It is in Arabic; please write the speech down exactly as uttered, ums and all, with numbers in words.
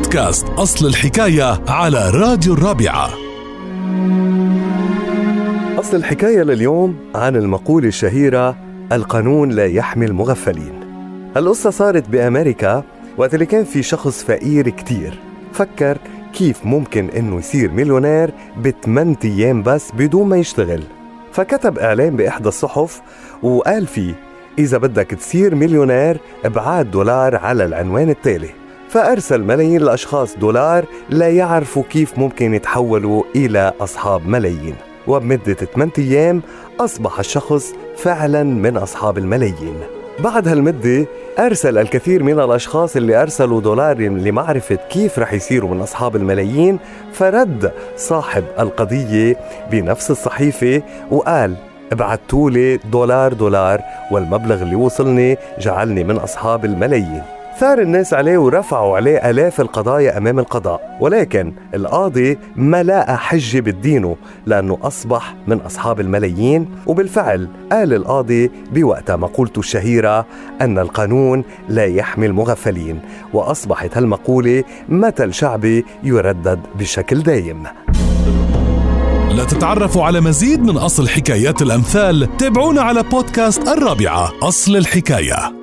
بودكاست أصل الحكاية على راديو الرابعة. أصل الحكاية لليوم عن المقولة الشهيرة القانون لا يحمي المغفلين. القصة صارت بأمريكا وقت اللي كان في شخص فقير كتير فكر كيف ممكن إنه يصير مليونير بثمان أيام بس بدون ما يشتغل. فكتب إعلان بإحدى الصحف وقال فيه: إذا بدك تصير مليونير ابعت دولار على العنوان التالي. فأرسل ملايين الأشخاص دولار لا يعرفوا كيف ممكن يتحولوا إلى أصحاب ملايين، وبمدة ثمانية أيام أصبح الشخص فعلا من أصحاب الملايين. بعد هالمدة أرسل الكثير من الأشخاص اللي أرسلوا دولار لمعرفة كيف رح يصيروا من أصحاب الملايين، فرد صاحب القضية بنفس الصحيفة وقال: ابعتولي دولار دولار والمبلغ اللي وصلني جعلني من أصحاب الملايين. ثار الناس عليه ورفعوا عليه آلاف القضايا أمام القضاء، ولكن القاضي ما لاقى حجة بدينه لأنه أصبح من أصحاب الملايين. وبالفعل قال القاضي بوقتها مقولته الشهيرة أن القانون لا يحمي المغفلين، وأصبحت هالمقولة مثل شعبي يردد بشكل دايم. لتتعرفوا على مزيد من أصل حكايات الأمثال تابعونا على بودكاست الرابعة أصل الحكاية.